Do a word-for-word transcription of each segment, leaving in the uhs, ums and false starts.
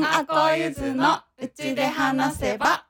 んあこゆずのうちで話せば。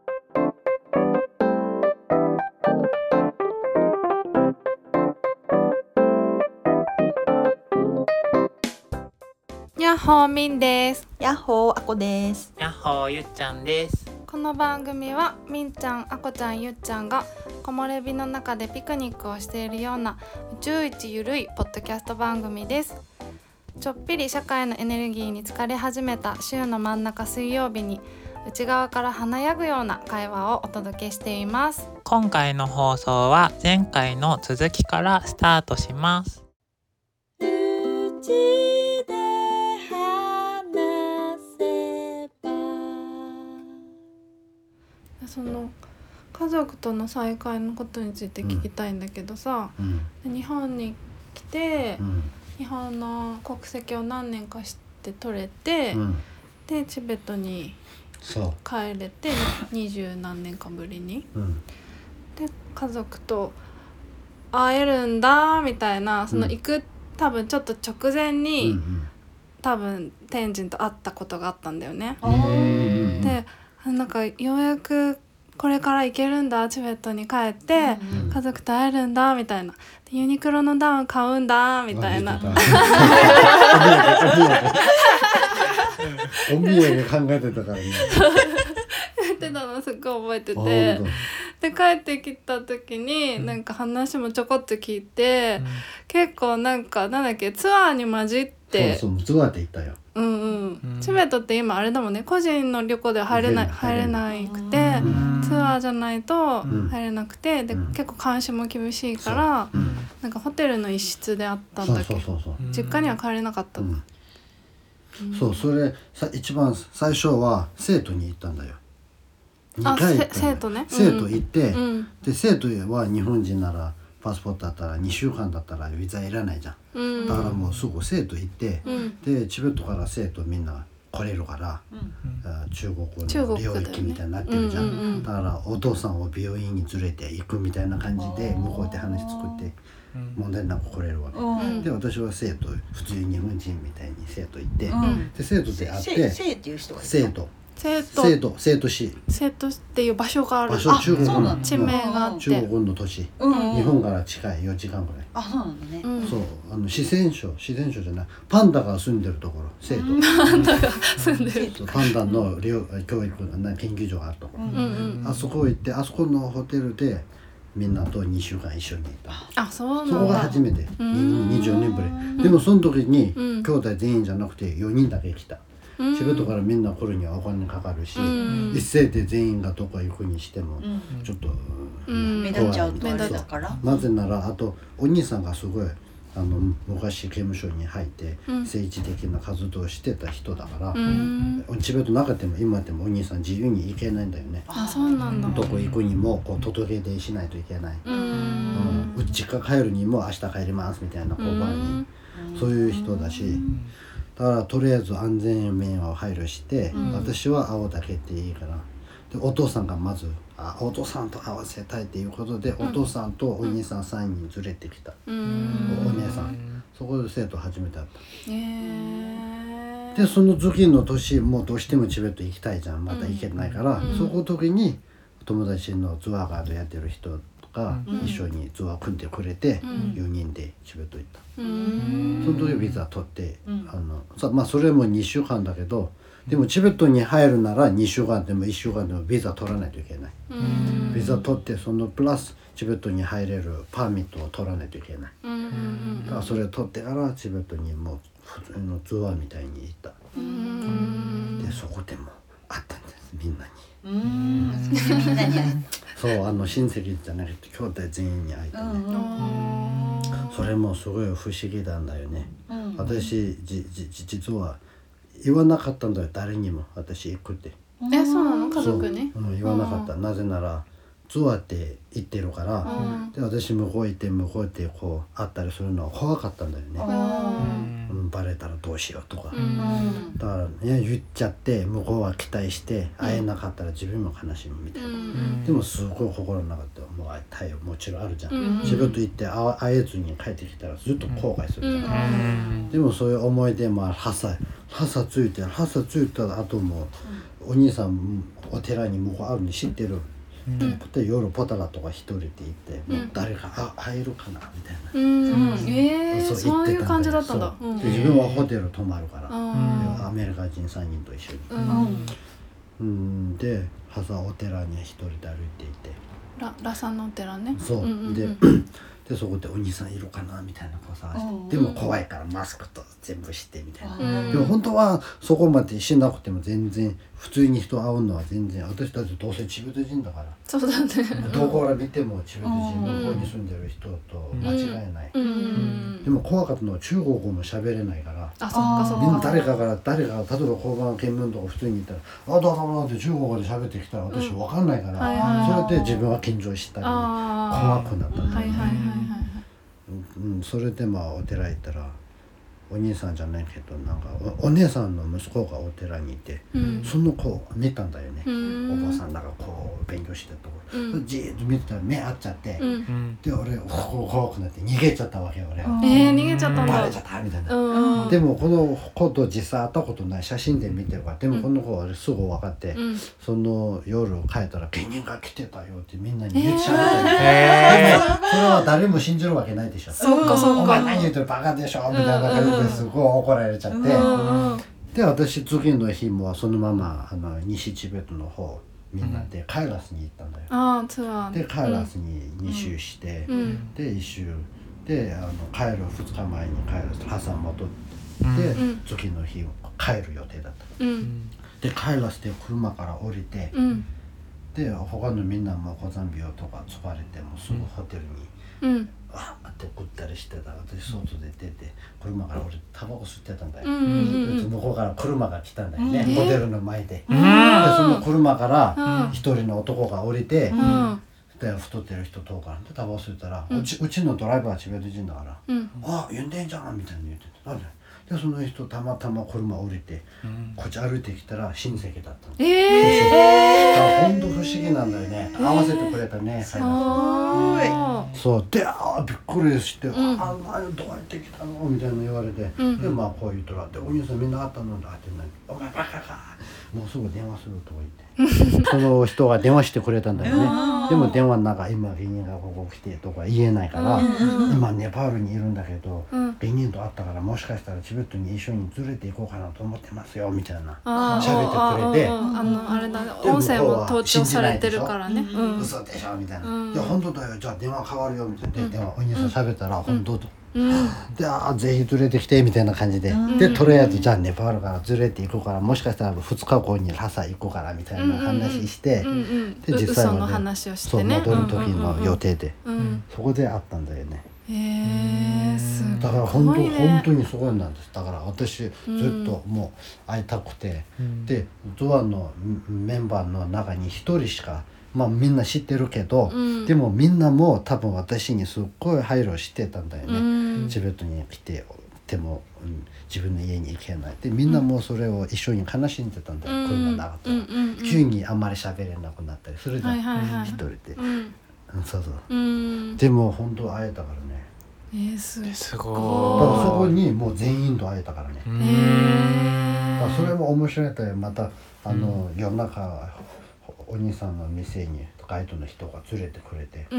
やっほーみんです。 やっほーあこです。 やっほーゆっちゃんです。 この番組はみんちゃん、あこちゃん、ゆっちゃんが木漏れ日の中でピクニックをしているような宇宙一ゆるいポッドキャスト番組です。ちょっぴり社会のエネルギーに疲れ始めた週の真ん中水曜日に内側から華やぐような会話をお届けしています。 今回の放送は前回の続きからスタートします。 うちで話せば。 その家族との再会のことについて聞きたいんだけどさ、うん、日本に来て、うん、日本の国籍を何年かして取れて、うん、でチベットに帰れて二十何年かぶりに、うん、で家族と会えるんだみたいな、その行く、うん、多分ちょっと直前に、うんうん、多分天神と会ったことがあったんだよね。でなんかようやくこれから行けるんだ、チベットに帰って、うん、家族と会えるんだみたいな、でユニクロのダウン買うんだみたいなお土産考えてたからね言ってたのすっごい覚えてて、で帰ってきた時になんか話もちょこっと聞いて、うん、結構なんかなんだっけツアーに混じって、 そうそうツアーで行ったよ。 うんうんうん、チベットって今あれだもんね、個人の旅行では入れない入れなくて、うん、ツアーじゃないと入れなくて、うん、で結構監視も厳しいから、うん、なんかホテルの一室であったんだけど、そうそうそうそう、実家には帰れなかった、うんうん、そうそれさ一番最初は生徒に行ったんだよ。にかい行ったんだよ。 生徒ね、 生徒行って、うん、で生徒は日本人ならパスポートだったらにしゅうかんだったらビザいらないじゃん、うん、だからもうすぐ生徒行って、うん、でチベットから生徒みんな来れるから、うん、中国の領域みたいになってるじゃん、だね、うんうんうん、だからお父さんを病院に連れて行くみたいな感じで向こうで話作って問題なく来れるわけ、うん、で私は生徒普通に日本人みたいに生徒行って、うん、で生徒で会って生っていう人がいる生徒生徒生徒生徒市生徒っていう場所がある。 場所中国の地名があって、 中国の都市、うんうん、日本から近いよじかんぐらい。 あ、そうなんだね、うん、 そうあの四川省四川省じゃないパンダが住んでるところ生徒、 パンダが住んでるパンダの教育の研究所があるところ、うんうん、あそこ行ってあそこのホテルでみんなとにしゅうかん一緒にいた。 あ、そうなんだ。 そこが初めてにじゅうねんぶりでもその時に、うん、兄弟全員じゃなくてよにんだけ来た。チベットからみんな来るにはお金かかるし、うん、一斉で全員がどこ行くにしてもちょっと、 うん、目立っちゃうとあれだから、 なぜならあとお兄さんがすごいあの昔刑務所に入って政治的な活動をしてた人だから、うん、チベットの中でも今でもお兄さん自由に行けないんだよね。 あ、そうなんだ。 どこ行くにもこう届け出しないといけない、うん、うん、実家帰るにも明日帰りますみたいな交番に、うん、そういう人だし、だからとりあえず安全面を配慮して、うん、私は会うだけっていいからでお父さんがまずあお父さんと会わせたいっていうことで、うん、お父さんとお兄さんさんにん連れてきた、うん、お姉さんそこで生徒初めて会った、へー。でその次の年もうどうしてもチベット行きたいじゃん、また行けないから、うん、そこの時に友達のツアーガードやってる人が一緒にツアー組んでくれて、うん、よにんでチベット行った、うん、その時ビザ取って、うん、あのさまあそれもにしゅうかんだけどでもチベットに入るならにしゅうかんでもいっしゅうかんでもビザ取らないといけない、うん、ビザ取ってそのプラスチベットに入れるパーミットを取らないといけない、うん、だからそれを取ってからチベットにもう普通のツアーみたいに行った、うん、でそこでも会ったんですみんなに。うーんみんなに会えた。そうあの親戚じゃなくて兄弟全員に会えたね、うん、それもすごい不思議なんだよね、うん、私じじ実は言わなかったんだよ誰にも私行くって。 え、そうなの？家族に？ そう、うん、言わなかった、うん、なぜならツアーって行ってるから、 うん、 で私向こう行って向こう行ってこう会ったりするのは怖かったんだよね、うん、バレたらどうしようとか、うん、だからいや言っちゃって向こうは期待して会えなかったら自分も悲しむみたいな、うん、でもすごい心の中でもう会いたいよもちろんあるじゃん、うん、自分と行って会えずに帰ってきたらずっと後悔するじゃん、うん、でもそういう思い出もはさはさついてはさついた後も、うん、お兄さんお寺に向こうあるに知ってる、うん、で夜ポタラとか一人で行って、うん、もう誰かあ会えるかなみたいな、 うんうん、えー、そう、そういう感じだったんだ。 そう、で自分はホテル泊まるから、うん、アメリカ人さんにんと一緒に、うんうん、で朝お寺に一人で歩いていてラ, ラサンのお寺ね。 そう、うんうんうん、ででそこでお兄さんいるかなみたいな子探して、でも怖いからマスクと全部してみたいな、うん、でも本当はそこまでしなくても全然普通に人会うのは全然私たちどうせチベット人だからそうだねどこから見てもチベット人の方に住んでる人と間違いない、うんうん、でも怖かったのは中国語も喋れないからあそっかそっかみんな誰かから誰かが例えば交番検問とか普通に言ったらあどうぞどうぞって中国語で喋ってきたら私分かんないから、うんはいはいはい、それで自分は緊張したり怖くなったんだよね、はいはいはいはいうん、それでまあお寺行ったらお兄さんじゃないけどなんか お, お姉さんの息子がお寺にいて、うん、その子を見たんだよね、うん、おばさんだからこう勉強してるところ、うん、じーっと見てたら目合っちゃって、うん、で俺怖くなって逃げちゃったわけよ俺は、 えー、逃げちゃったんだバレちゃったみたいな、うん、でもこの子と実際会ったことない写真で見てるからでもこの子はすぐ分かって、うん、その夜帰ったら芸人が来てたよってみんなに言っちゃったんだよ、えー、それは誰も信じるわけないでしょそうかそうかお前何言ってるバカでしょみたいな感じですごい怒られちゃって、うんうん、で私次の日もそのままあの西チベットの方みんなでカイラスに行ったんだよ、 うん、ツアーでカイラスにに周して、うん、でいち周であの帰るふつかまえに帰る朝戻って、うん、次の日帰る予定だった、うん、でカイラスで車から降りて、うん、で他のみんなも小山病とか疲れてもすぐホテルに、うんわーって送ったりしてたら私外で出て車から俺タバコ吸ってたんだよ、うんうんうん、向こうから車が来たんだよね、うん、ホテルの前で、うん、でその車から一人の男が降りて、うん、で太ってる人通からでタバコ吸ったら、うん、う, ち, うちのドライバーはチベット人だから、うん、あ呼んでんじゃんみたいに言っててなんででその人たまたま車降りて、うん、こっち歩いてきたら親戚だったの。えー、ほんと不思議なんだよね。合わせてくれたね。すごい。そうであびっくりして、うん、あ何どうやって来たのみたいな言われて、うん、でまあこう言ったらでお兄さんみんなあったのだって何お前バカかもうすぐ電話するとか言って。その人が電話してくれたんだよね。でも電話の中今芸人がここ来てとか言えないから、うん、今ネパールにいるんだけど、うん、芸人と会ったからもしかしたらチベットに一緒に連れて行こうかなと思ってますよみたいな喋ってくれて、 あのあれだ音声も盗聴されてるからね、うん、 嘘でしょみたいな、うん、いや本当だよじゃあ電話変わるよみたいな、うん、電話お兄さん喋ったら、うん、本当と。うん、であぜひ連れてきてみたいな感じで、うん、でとりあえずじゃあネパールから連れて行こうからもしかしたらふつかごにラサ行こうからみたいな話して、うんうんうん、で実際はね嘘の話をしてねそう戻る時の予定で、うんうんうん、そこで会ったんだよね。 へーすごいね。 だから本当本当にすごいなんです。だから私ずっともう会いたくて、うん、でドアのメンバーの中に一人しかまあみんな知ってるけど、うん、でもみんなも多分私にすっごい配慮してたんだよね、うん、チベットに来てでも、うん、自分の家に行けないでみんなもそれを一緒に悲しんでたんだよ、うん、車なかったら、うん、急にあんまり喋れなくなったりそれで一人で、うん、そうそう、うん、でも本当会えたからね。 えー、すごい。 すごい。 だからそこにもう全員と会えたからね。えー、だからそれも面白いとまたあの、うん、夜中お兄さんの店にガイドの人が連れてくれて、うん、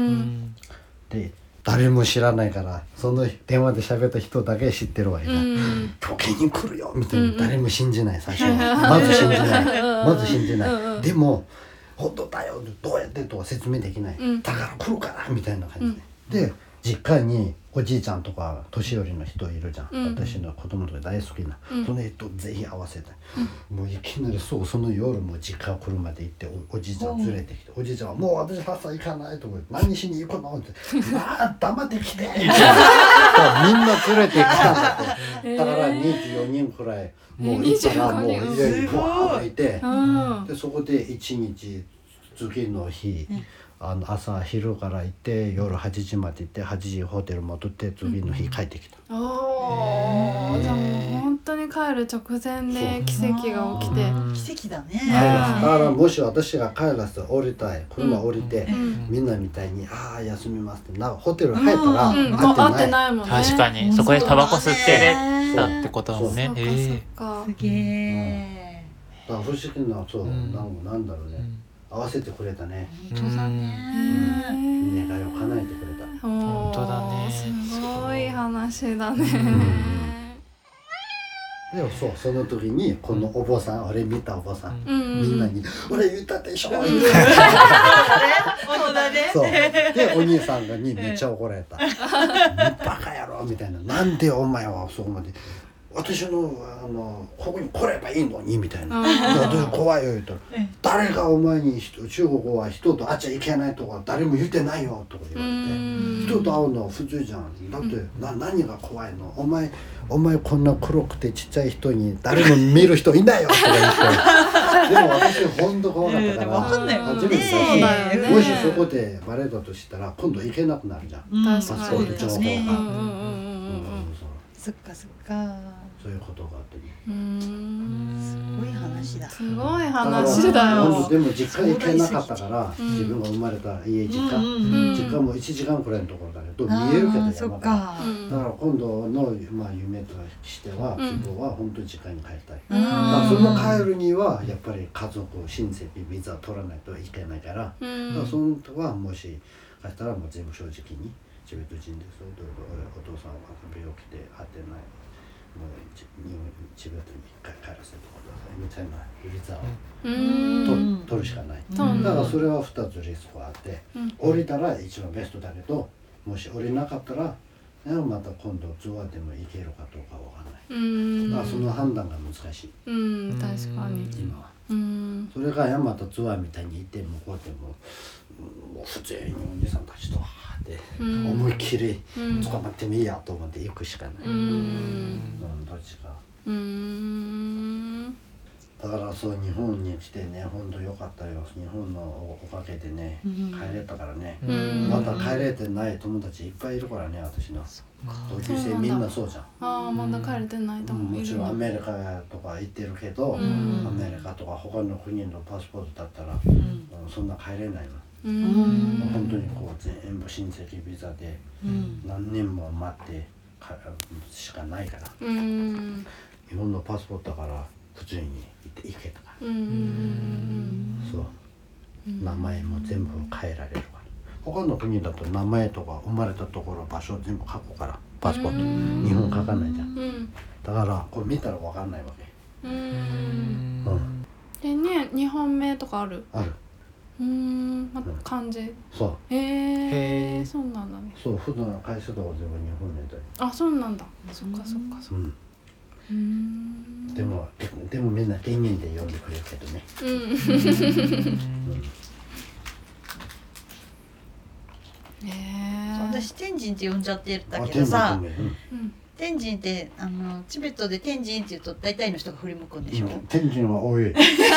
で誰も知らないからその電話で喋った人だけ知ってるわけだ、うん、時計に来るよみたいな、うん、誰も信じない最初はまず信じないまず信じない、うん、でも本当だよどうやってとは説明できない、うん、だから来るからみたいな感じで、うん、で実家におじいちゃんとか年寄りの人いるじゃん、うん、私の子供とか大好きな、うん、その人ぜひ会わせたい、うん、もういきなりそうその夜も実家車で行って お, おじいちゃん連れてきて、うん、おじいちゃんはもう私朝行かないとか何しに行くのってまあ黙ってきてみたいなみんな連れてきたんだって、だからにじゅうよにんくらいもう行ったらもう家にバーッといて、うん、でそこでいちにち次の日、うんあの朝昼から行って夜はちじまで行ってはちじホテル戻って次の日帰ってきた、 うん、おー、じゃあもう本当に帰る直前で奇跡が起きて、 奇跡だね。 だからもし私が帰らせて降りたい車降りて、 うん、 みんなみたいにああ休みますってなホテル入ったらうん、 会ってない、 会ってないもんね。 確かにそこでタバコ吸ってれたってことだもんね。 そうかそうか、 すげえ。 だから不思議なそう、 うん、 なんなんだろうね、合わせてくれたね、 本当だね。 願いを叶えてくれた。 本当だね。 すごい話だね。 でもそうその時にこのお坊さん、俺見たお坊さん、 うん、 みんなに「俺言ったでしょ」言本当だね。 そうでお兄さんがにめっちゃ怒られた「バカ野郎」みたいな「なんでお前はそこまで私のあのここに来ればいいのに」みたいな「私怖いよ」言ったら「誰がお前に中国は人と会っちゃいけないとか誰も言ってないよ」とか言われて「人と会うのは普通じゃんだってな何が怖いのお前お前こんな黒くてちっちゃい人に誰も見る人いないよ」とか言ってでも私本当怖かったから分かんないもんね。 初めてだし、もしそこでバレたとしたら今度行けなくなるじゃん、 確かに確かに、 そっかそっか。 そういうことがあってね。 うーん、 すごい話だ。 すごい話だよ。 でも実家行けなかったから、自分が生まれた家実家、実家もいちじかんくらいのところだけど見えるけど山から。だから今度のまあ夢としては希望は本当に実家に帰りたい。だからその帰るにはやっぱり家族親戚ビザ取らないといけないから、だからその人はもし帰ったらもう全部正直にチベット人ですよ。お父さんは病気で会ってない。もう日本チベットに帰らせてくださいみたいなビザを取るしかない。だからそれはふたつリスクがあって、降りたら一番ベストだけど、もし降りなかったらまた今度ツアーでも行けるかどうかわからない。だからその判断が難しい。 うん、確かに今は。 うん、 それがヤマトツアーみたいに行って向こうでももう普通にお兄さんたちとで思いっきり捕まってもいいやと思って行くしかない。うん、どっちか。うん。だからそう日本に来てね本当良かったよ。日本のおかげでね帰れたからね。まだ帰れてない友達いっぱいいるからね私の同級生みんなそうじゃん。 ああまだ帰れてないと思う。 もちろんアメリカとか行ってるけど、アメリカとか他の国のパスポートだったらそんな帰れないの。本当にこう全部親戚ビザで何年も待ってしかないから。日本のパスポートだから普通に行けたから。そう名前も全部変えられるから。他の国だと名前とか生まれたところ場所全部書くからパスポート日本書かないじゃん。だからこれ見たら分かんないわけ。うんでね日本名とかある？ ある。 うーん、ま、漢字。 そう。 へえ、そうなんだね。 そう、普段の会社とか全部日本名だよ。 あ、そうなんだ。そっかそっかそっか。うん。 でもでもみんな天然で呼んでくれるけどね。うん。 へえ。私天神って呼んじゃってたけどさ。天神ってあのチベットで天神って言うと大体の人が振り向くんでしょ。 天神は多い。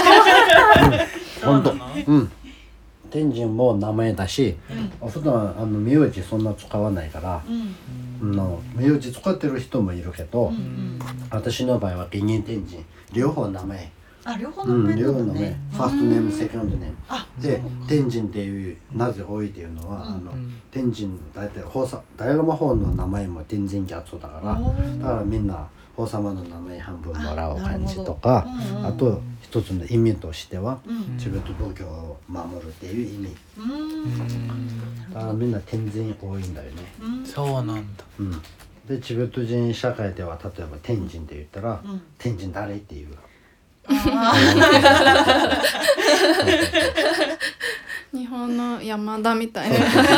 本当。うん。天神も名前だし、うん、普段あの名字そんな使わないから、うん、の名字使ってる人もいるけど、うんうん、私の場合は芸人天神両方名前。 あ、両方名前なんだね。うん、両方名前。 ファーストネーム、セカンドネーム。で、天神っていうなぜ多いっていうのは、うん、あの天神大体法さ大魔法の名前も天神ギャッツだから、だからみんな王様の名前半分もらう感じとか、あ, うんうん、あと一つの意味としては、うん、チベット仏教を守るっていう意味。うんだからみんな天神多いんだよね。 うん、そうなんだ。 うん、でチベット人社会では例えば天神って言ったら、うん、天神誰っていう。 日本の山田みたいな。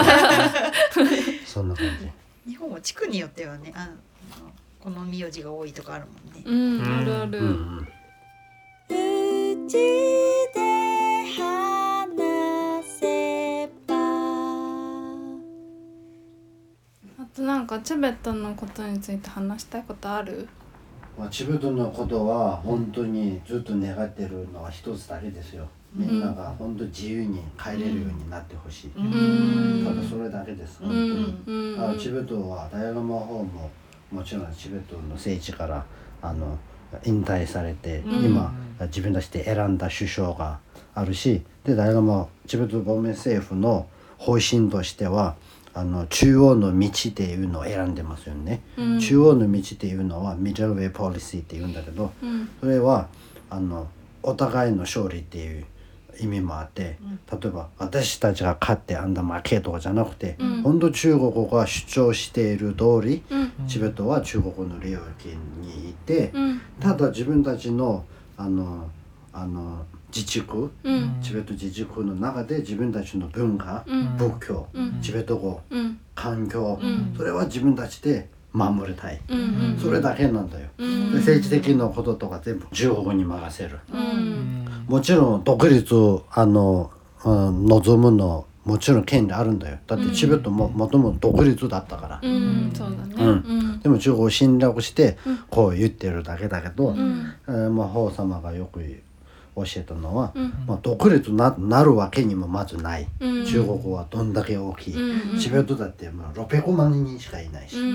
そんな感じ。日本は地区によってはね、あこの名字が多いとかあるもんね。 うん、あるある。うん、うちで話せば。あとなんかチベットのことについて話したいことある？ まあ、チベットのことは本当にずっと願ってるのは一つだけですよ。みんなが本当自由に帰れるようになってほしい、うん、ただそれだけです、本当に、うん、だからチベットはダイラマ法ももちろんチベットの政治からあの引退されて、うん、今自分たちで選んだ首相があるし、でダイラマチベット亡命政府の方針としてはあの中央の道っていうのを選んでますよね、うん、中央の道っていうのはミドルウェイポリシーっていうんだけど、うん、それはあのお互いの勝利っていう意味もあって、例えば私たちが勝ってあんな負けとかじゃなくて、うん、本当中国が主張している通り、うん、チベットは中国の領域にいて、うん、ただ自分たちのあのあの自治区、うん、チベット自治区の中で自分たちの文化、うん、仏教、うん、チベット語、うん、環境、うん、それは自分たちで守りたい、うん、それだけなんだよ、うん、で政治的なこととか全部中国に任せる、うん、もちろん独立をあの、うん、望むのもちろん権利あるんだよ。だってチベットももともと独立だったから、 うん、そうだね、 うん、でも中国を侵略してこう言ってるだけだけど、うんえーまあ、法様がよく教えたのは、うんまあ、独立 な, なるわけにもまずない、うん、中国はどんだけ大きい、うん、チベットだってまあろっぴゃくまんにんしかいないし、うんうんうん、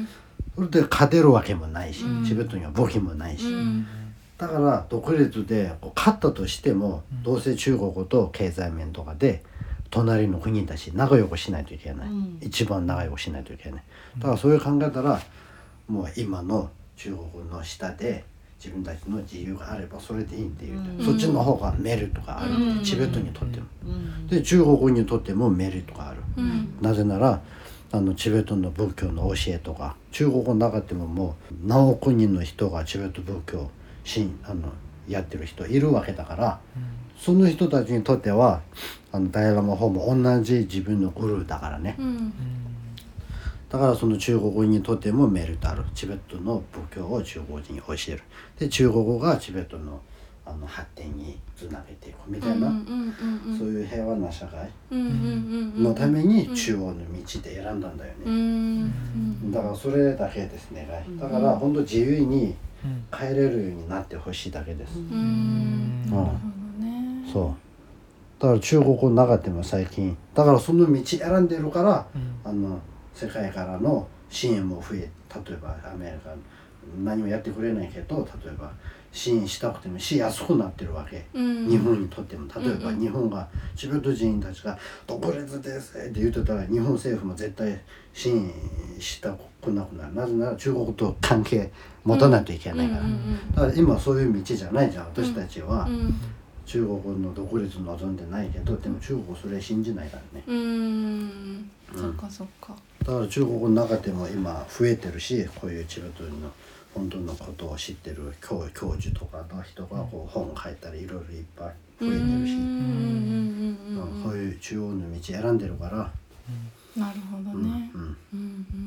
それで勝てるわけもないし、うん、チベットには武器もないし、うん、だから独立でこう勝ったとしても、うん、どうせ中国と経済面とかで隣の国だし仲良くしないといけない、うん、一番仲良くしないといけない。だからそういう考えたらもう今の中国の下で自分たちの自由があればそれでいいっていう、うん、そっちの方がメリットがある、うん、チベットにとっても、うん、で中国にとってもメリットがある、うん、なぜならあのチベットの仏教の教えとか中国の中でももう何億人の人がチベット仏教信あのやってる人いるわけだから、うん、その人たちにとってはあのダイラマ法も同じ自分のグルーだからね、うんだからその中国にとってもメリットある。チベットの仏教を中国人に教える。で中国語がチベットの、あの発展につなげていくみたいな、うんうんうんうん、そういう平和な社会のために中央の道で選んだんだよね、うんうん、だからそれだけですね。だから本当自由に帰れるようになってほしいだけです、うんうん、なるほどね。そうだから中国の中でも最近だからその道選んでるから、うん、あの世界からの支援も増え、例えばアメリカ何もやってくれないけど例えば支援したくてもしやすくなってるわけ、うん、日本にとっても例えば日本がチベット人たちが独立ですって言ってたら日本政府も絶対支援したくなくなる。なぜなら中国と関係持たないといけないから、うん、だから今そういう道じゃないじゃん私たちは、うん、中国の独立望んでないけどでも中国それ信じないからね。うーん、 うん、そっかそっか。 だから中国の中でも今増えてるしこういうチベットの本当のことを知ってる 教, 教授とかの人がこう本書いたりいろいろいっぱい増えてるし、そういう中央の道選んでるから、 うん、なるほどね、うんうんうん、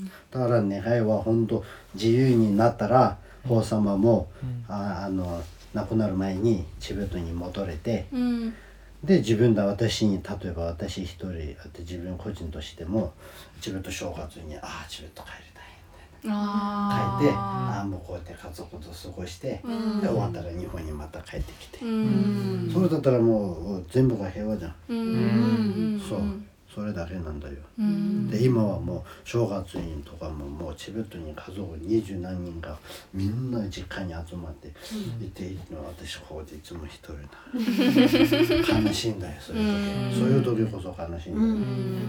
だから願いは本当自由になったら法様も、うん、あ, あの亡くなる前にチベットに戻れて、うんで自分だ私に例えば私一人自分個人としてもチベット正月にああチベット帰りたいみたいな帰ってああもうこうやって家族と過ごして、うん、で終わったら日本にまた帰ってきて、うん、それだったらもう全部が平和じゃん、うん、そうそれだけなんだよ、うん、で今はもう正月にとかももうチベットに家族二十何人がみんな実家に集まっていているのは私ここでいつも一人だ悲しいんだよそういう時、そういう時こそ悲しいんだよ、うん、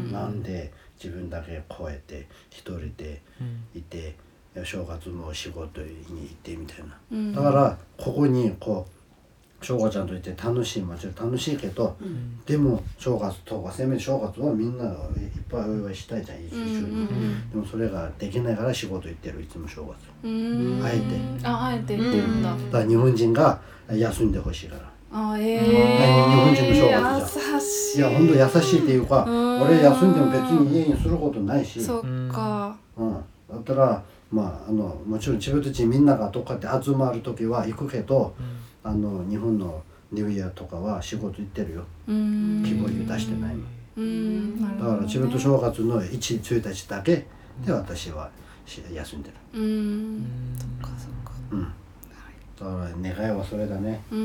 なんで自分だけこうやって一人でいて、うん、正月も仕事に行ってみたいな、うん、だからここにこう正月ちゃんといて楽しいもちろん楽しいけど、うん、でも正月とかせめて正月はみんないっぱいお祝いしたいじゃん一緒に、うん、でもそれができないから仕事行ってるいつも正月、うん、あえてああえて行ってるんだ、 だから日本人が休んでほしいからあえー、 日本人の正月じゃん優しい。いや本当優しいっていうか俺休んでも別に家にすることないしそっか、 うん、だったらまああのもちろんチベット人みんながどっかで集まる時は行くけど、うんあの日本のニューイヤーとかは仕事行ってるよ。希望に出してないの。うんだからチベット正月のいち、いちにちだけで私は休んでる。 うん、そっかそっか。 うん。だから願いはそれだね。 うん、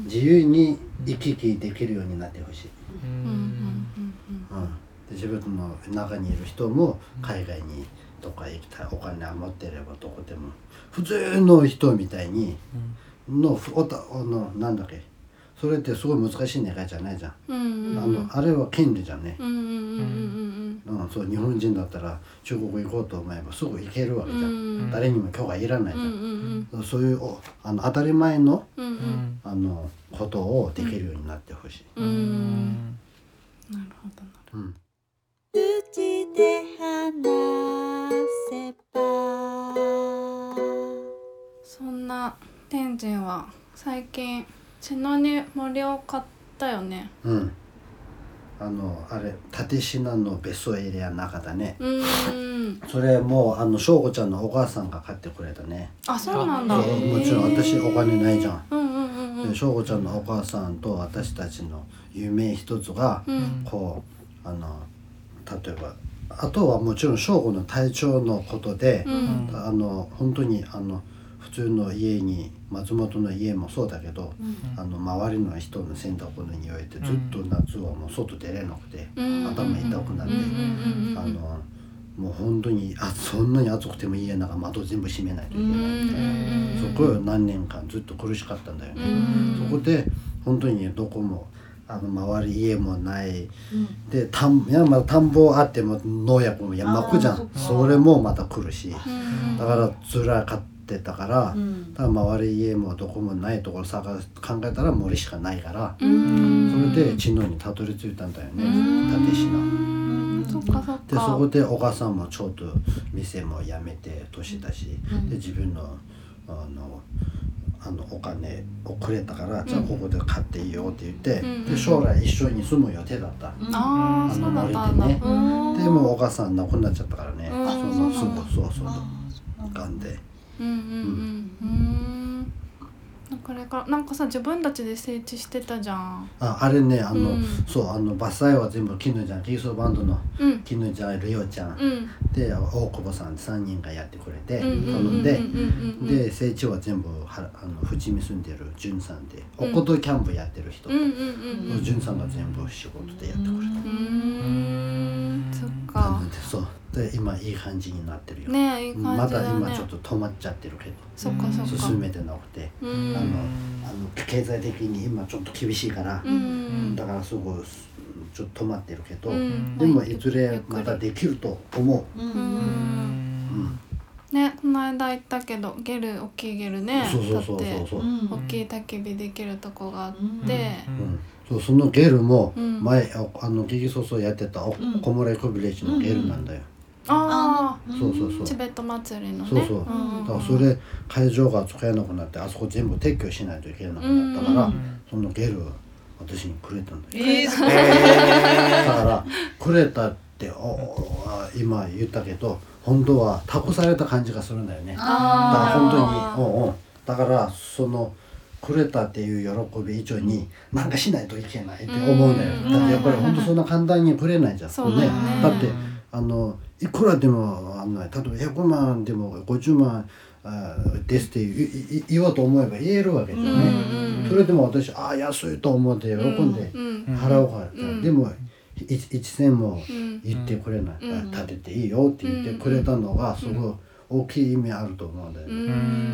自由に行き来できるようになってほしい。 うんうんうんうん。 うん。で自分の中にいる人も海外にどっか行きたい、お金持ってればどこでも普通の人みたいにのおたあのなんだっけ。それってすごい難しい願いじゃないじゃん。 うんうん、 あのあれは権利じゃんね。 うんうんうんうんうん、そう日本人だったら中国行こうと思えばすぐ行けるわけじゃん。うん、誰にも許可いらないじゃん。うんうん、そういうおあの当たり前の、うんうん、あのことをできるようになってほしい。 うんうん、なるほどなるほど。うん口で話せばそんな天神は最近血のに森を買ったよね。 うん。あのあれ立品の別荘エリアの中だね。うん。それもあの翔子ちゃんのお母さんが買ってくれたね。 あ、そうなんだ。 もちろん私お金ないじゃん。うんうんうんうん。で翔子ちゃんのお母さんと私たちの夢一つが、うん、こうあの例えばあとはもちろん翔子の体調のことで、うん、あの本当にあの普通の家に松本の家もそうだけど、うん、あの周りの人の洗濯の匂いってずっと夏はもう外出れなくて、うん、頭痛くなって、うん、あのもう本当にあそんなに暑くても家の中窓全部閉めないといけないみたいな、そこを何年間ずっと苦しかったんだよね。そこで本当にどこもあの周り家もない、うん、で田ん、いやまあ、田んぼあっても農薬も山くじゃん。 そ, それもまた来るし、だからつらかってたから、うん、だから周り家もどこもないところ探考えたら森しかないから、うん、それで茅野にたどり着いたんだよね、立品。そっかそっか。でそこでお母さんもちょうど店も辞めて年だし、うん、で自分のあのあのお金をくれたから、うん、じゃあここで買っていいよって言って、うん、で将来一緒に住む予定だった、うん、ああの森でね。でもお母さん亡くなっちゃったからね、うん、そのすぐそうそうがんで。 うんうんうんうん。これからなんかさ自分たちで整地してたじゃん。 ああれねあの、うん、そうあの伐採は全部絹ちゃんキーソーバンドの絹ちゃんリオちゃん、うん、で大久保さんさんにんがやってくれて頼んで、で整地は全部はあの富士見住んでる潤さんで、うん、おことキャンプやってる人と潤さんが全部仕事でやってくれた。うーんそっか。そうで今いい感じになってるよね。いい感じだね。まだ今ちょっと止まっちゃってるけど、そっかそっか進めてなくて、あのあの経済的に今ちょっと厳しいから、だからすごいちょっと止まってるけど、でもいずれまたできると思う。うんうんね、この間行ったけどゲル大きいゲルね、そうそうそうそうそう、大きい焚き火できるとこがあって、 そうそのゲルも前、あのギギソソやってた木漏れクビレッジのゲルなんだよ。 ああ、 そうそうそう。 チベット祭りのね。 そうそう。だからそれ会場が使えなくなってあそこ全部撤去しないといけなくなったから、そのゲル私にくれたんだよ。ええー、だからくれたってお今言ったけど本当は託された感じがするんだよね。だから本当におうおうだからそのくれたっていう喜び以上に何かしないといけないって思うんだよ。だってやっぱり本当そんな簡単にくれないじゃん。そうね。だってあのいくらでもあの例えばひゃくまんでもごじゅうまんあですって言おうと思えば言えるわけじゃね、うんうん、それでも私ああ安いと思って喜んで払うから、うんうん、でもいちせんも言ってくれない、うん、立てていいよって言ってくれたのがすごい大きい意味あると思うんだよね、うん、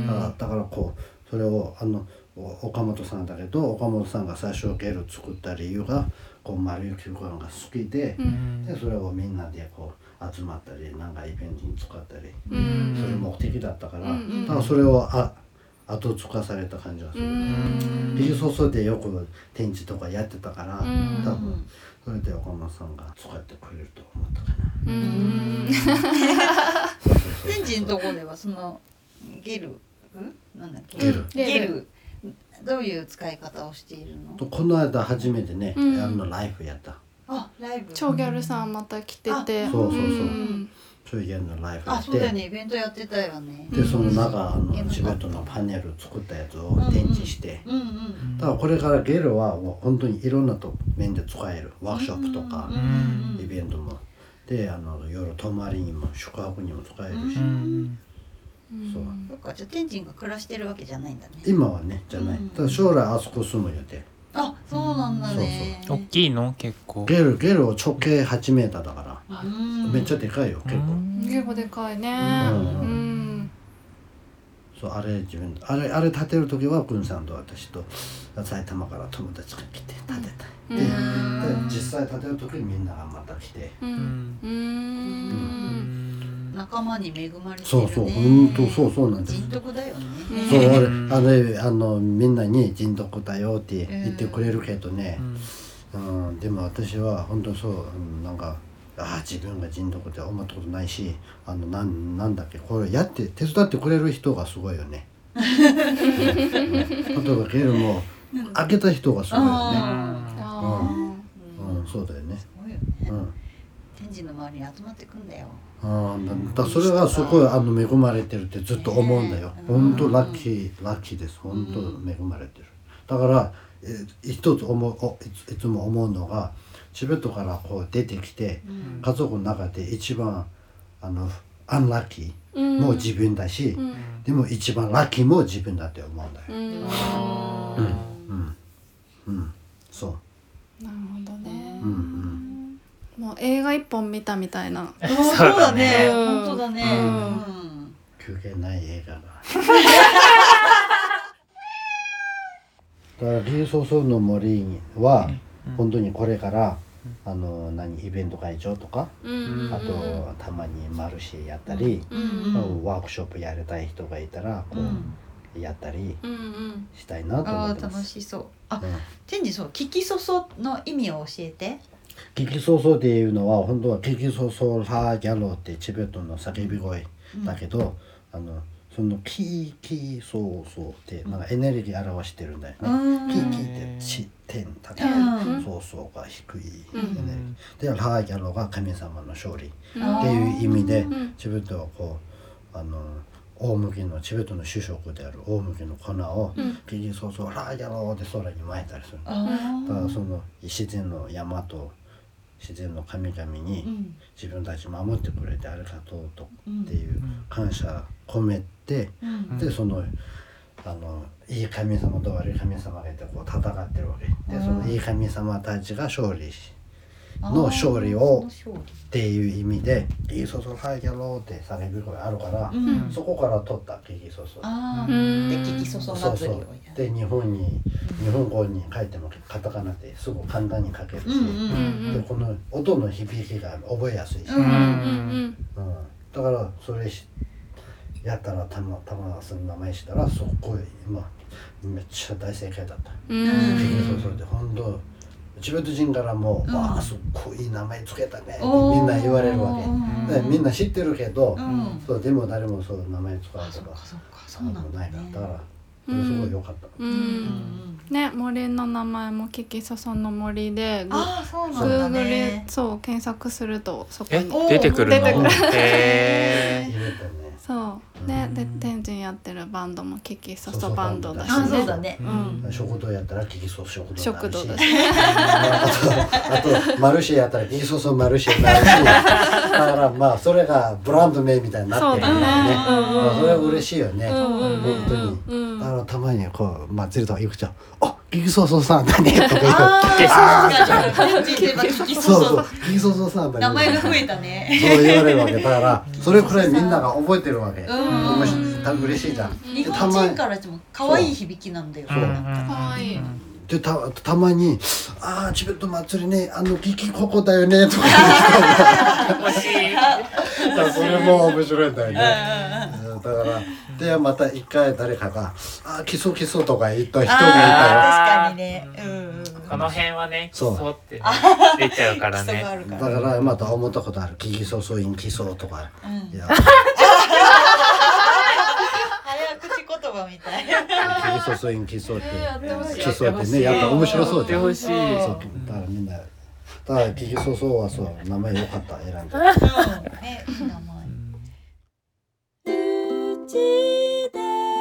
だからだからこうそれをあの岡本さんだけど岡本さんが最初ゲル作った理由がこう丸雪君が好きで、うん、でそれをみんなでこう集まったりなんかイベントに使ったり、うん、そういう目的だったから、うん、だからそれをあ後付かされた感じがする。美術放送でよく展示とかやってたから、うん、多分それで岡本さんが使ってくれると思ったかな。うん展示のところではそのゲル、なんだっけゲル、 ゲルどういう使い方をしているの？ とこの間初めてね、うん、あのライブやった。 あ、ライブ。 超ギャルさんまた来てて、 そうそうそう。超ギャルのライブやって。 あ、そうだよね。イベントやってたよね。 でその中あのチベットのパネル作ったやつを展示して、うんうん、だからこれからゲルはもう本当にいろんなと面で使えるワークショップとか、うんうん、イベントもであの夜泊まりにも宿泊にも使えるし、うん、 そうそっか、じゃあ天神が暮らしてるわけじゃないんだね今はね。じゃない、うん、ただ将来あそこ住む予定。 あ、そうなんだね。 そうそう、大きいの結構。 ゲルゲルを直径はちメーターだから、めっちゃでかいよ結構。 結構でかいね。うん、うん、 そうあれ自分あれあれ建てる時は軍さんと私と埼玉から友達が来て建てた。うん、で, で実際建てる時にみんながまた来て。うん。うん。 仲間に恵まれてるね。 そうそう、本当そうそうなんです。 人徳だよね。 そう、あれあれあのみんなに人徳だよって言ってくれるけどね。うん、うん、でも私は本当そう、うん、なんかああ自分が人徳って思ったことないし、あのなんなんだっけこれやって手伝ってくれる人がすごいよね。うん、例えばゲルも開けた人がすごいよね。うん、うん、そうだよね。 すごいよね。うん。天神の周りに集まってくんだよ。 ああ、だそれがすごいあの恵まれてるってずっと思うんだよ。本当ラッキーラッキーです。本当恵まれてる。だからえ一つ思うおいついつも思うのがチベットからこう出てきて、うん、家族の中で一番あのアンラッキーも自分だし、うん、でも一番ラッキーも自分だって思うんだよ。うんうんうん、そう。 なるほどね。 うんうん。 もう映画一本見たみたいな。 そうだね。本当だね。うん、 休憩ない映画が。だからリーソーソーの森は本当にこれからあの何イベント会場とか、うん、あとたまにマルシェやったり、うん、ワークショップやりたい人がいたらこう、うん、やったりしたいなと思ってます。 あ、楽しそう。あ、うん、天神そう、キキソソの意味を教えて。 キキソソっていうのは本当はキキソソラギャロってチベットの叫び声だけど、うん、あのそのキーキーソーソーってなんかエネルギー表してるんだよね。キーキーって地点高い、ソーソーが低いエネルギーで、ラギャロが神様の勝利っていう意味で、チベットはこうあの大麦のチベットの主食である大麦の粉を、うん、キキソーソーラギャロで空に撒いたりする。だからその自然の山と自然の神々に自分たち守ってくれてありがとうとっていう感謝込めて、うん、でそのあのいい神様と悪い神様がいてこう戦ってるわけで、そのいい神様たちが勝利しの勝利をっていう意味で「キキソソハイギャロー」って叫び声あるから、うん、そこから取ったキキソソ。 あでキキソソ祭りをやる。 で日本に日本語に書いてもカタカナですごく簡単に書けるし、うんうんうん、でこの音の響きが覚えやすいし、うんうんうん、だからそれやったらたまたまその名前したらすごい今めっちゃ大正解だった。キキソソで本当。チベット人からも、うん、わあすっごいいい名前つけたねってみんな言われるわけで、みんな知ってるけど、うん、そうでも誰もそう名前使うとかないから、だからそれすごい良かった。 うんうん、ね、森の名前もキキソソの森で、 あ、そうなんだね。 Googleそう検索するとそこに出てくるの。 出てくる。 へー。 そうで、で天神やってるバンドもキキソソバンドだしね。 あ、そうだね。 うん。食堂やったらキキソソ食堂だし。 食堂だし。 あとあとマルシェやったらキキソソマルシェになるし、だからまあそれがブランド名みたいになってるんだよね。まあそれは嬉しいよね。本当に。だからたまにこう祭りとか行くと、あ、キキソソさんだねとか言う。 ああ、キキソソ。 そうそう、キキソソさんだね。 名前が増えたね。 そう言われるわけだから、それくらいみんなが覚えてるわけ。多分嬉しいじゃん。 日本人からしても可愛い響きなんだよ。 可愛い。 でたたまにああチベット祭りねあのキキここだよねとか言う欲しい。 それも面白いんだよね。だからでまた一回誰かがああキソキソとか言った人がいたよ。確かにね。 この辺はねキソって出ちゃうからね。 だからまた思ったことある。キキソソインキソとか。いや。 言葉みたい。 キソソインキソってキソってねやっぱ面白そうで。 欲しい。 そうだからみんなだからキキソソはそう名前良かった選んで。 ね名前。うちで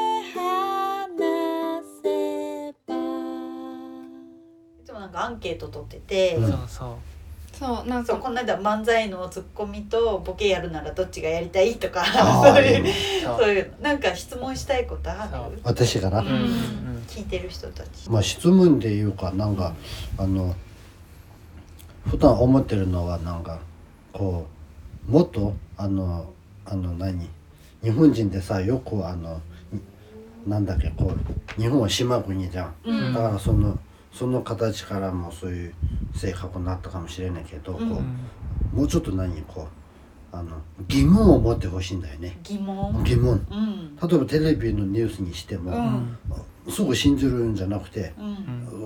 話せば。いつもなんかアンケート取ってて。 そうそう。 そうなんかそうこの間漫才のツッコミとボケやるならどっちがやりたいとかあそういうそうそういうなんか質問したいことある？ 私から、 うんうん聞いてる人たち。 まあ質問でいうかなんかあの普段思ってるのはなんかこうもっとあのあの何日本人でさよくあのなんだっけこう日本は島国じゃん、 うん、 だからそのその形からもそういう性格になったかもしれないけど、 うん、 こうもうちょっと何こうあの疑問を持ってほしいんだよね。 疑問疑問、 うん、 例えばテレビのニュースにしても、うん、すぐ信じるんじゃなくて、うん、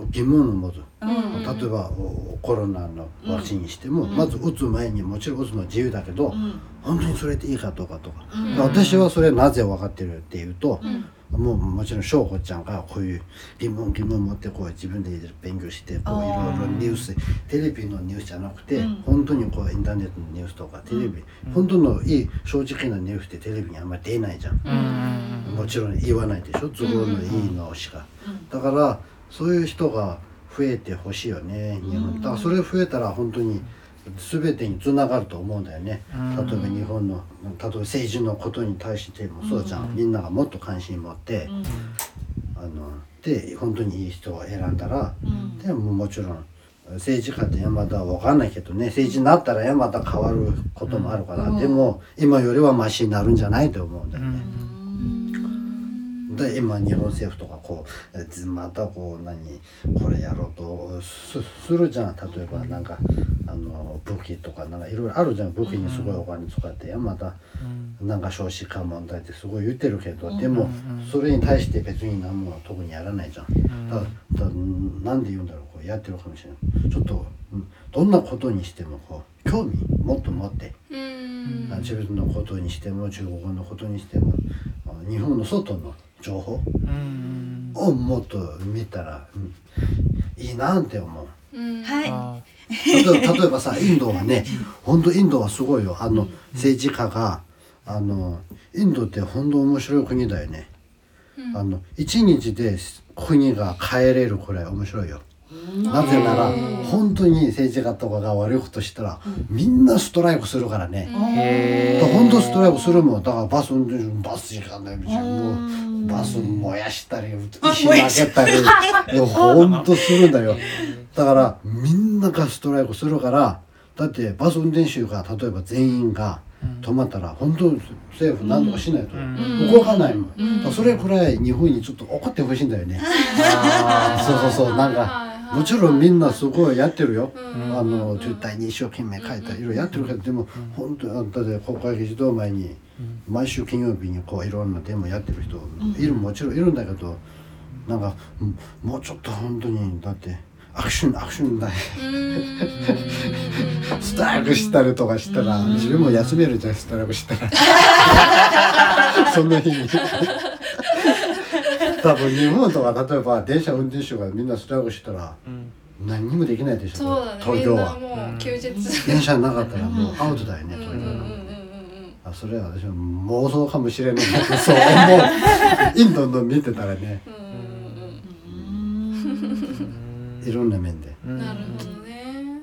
疑問を持つ、うん、例えばコロナのワクチンにしても、うん、まず打つ前にもちろん打つのは自由だけど、うん、本当にそれでいいかどうかとか、うん、私はそれなぜ分かってるっていうと、うんもうもちろん翔子ちゃんがこういう疑問疑問持ってこう自分で勉強してこういろいろニューステレビのニュースじゃなくて、うん、本当にこうインターネットのニュースとかテレビ、うん、本当のいい正直なニュースってテレビにあんまり出ないじゃん、うん、もちろん言わないでしょ都合のいいのしか、うん、だからそういう人が増えてほしいよね日本、だからそれ増えたら本当に全てにつながると思うんだよね。例えば日本の例えば政治のことに対してもそうじゃん、うん、みんながもっと関心持って、うん、あので本当にいい人を選んだら、うん、でももちろん政治家ってまだ分かんないけどね政治になったらまた変わることもあるから、うん、でも今よりはマシになるんじゃないと思うんだよね。で今日本政府とかこうまたこう何これやろうと す, するじゃん。例えばなんかあの武器とかなんかいろいろあるじゃん。武器にすごいお金使ってまたなんか少子化問題ってすごい言ってるけど、でもそれに対して別に何も特にやらないじゃん。だだなんで言うんだろうこうやってるかもしれない。ちょっとどんなことにしてもこう興味もっと持って自分のことにしても中国語のことにしても日本の外の情報をもっと見たら、うん、いいなって思う。 うん、はい。例えば、例えばさインドはね本当インドはすごいよ。あの政治家があのインドって本当面白い国だよね。うん、あの一日で国が変えれるくらい面白いよ。なぜなら本当に政治家とかが悪いことしたらみんなストライクするからね。本当ストライクするもん。だからバス運転手バス行かないみたいなもうバス燃やしたり石投げたり本当するんだよ。だからみんながストライクするからだってバス運転手が例えば全員が止まったら本当政府何とかしないと動かないもん。それくらい日本にちょっと怒ってほしいんだよね。そうそうそうなんか。もちろんみんなすごいやってるよ、うん、あの絶対に一生懸命書いたりいろいろやってるけど、でも本当にだって国会議事堂前に毎週金曜日にこういろんなデモやってる人いるもちろんいるんだけど、なんかもうちょっと本当にだってアクションアクションだストライクしたりとかしたら自分も休めるじゃん。ストライクしたらそんな日に多分日本とか例えば電車運転手がみんなストライクしたら何にもできないでしょ。 そうだね、 東京はみんなもう休日電車なかったらもうアウトだよね東京は。あそれは私は妄想かもしれないけどそう思うインドの見てたらねいろんな面で。 なるほどね、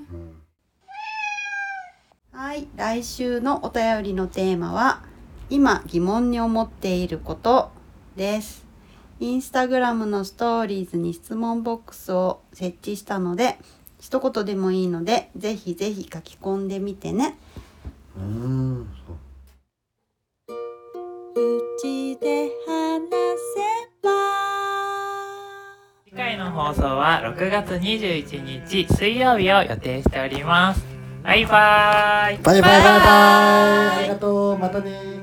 うん、はい、来週のお便りのテーマは今疑問に思っていることです。インスタグラムのストーリーズに質問ボックスを設置したので一言でもいいのでぜひぜひ書き込んでみてね。 うーんそううちで話せば。 次回の放送はろくがつにじゅういちにち水曜日を予定しております。バイバーイバイバイバイバイありがとうまたね。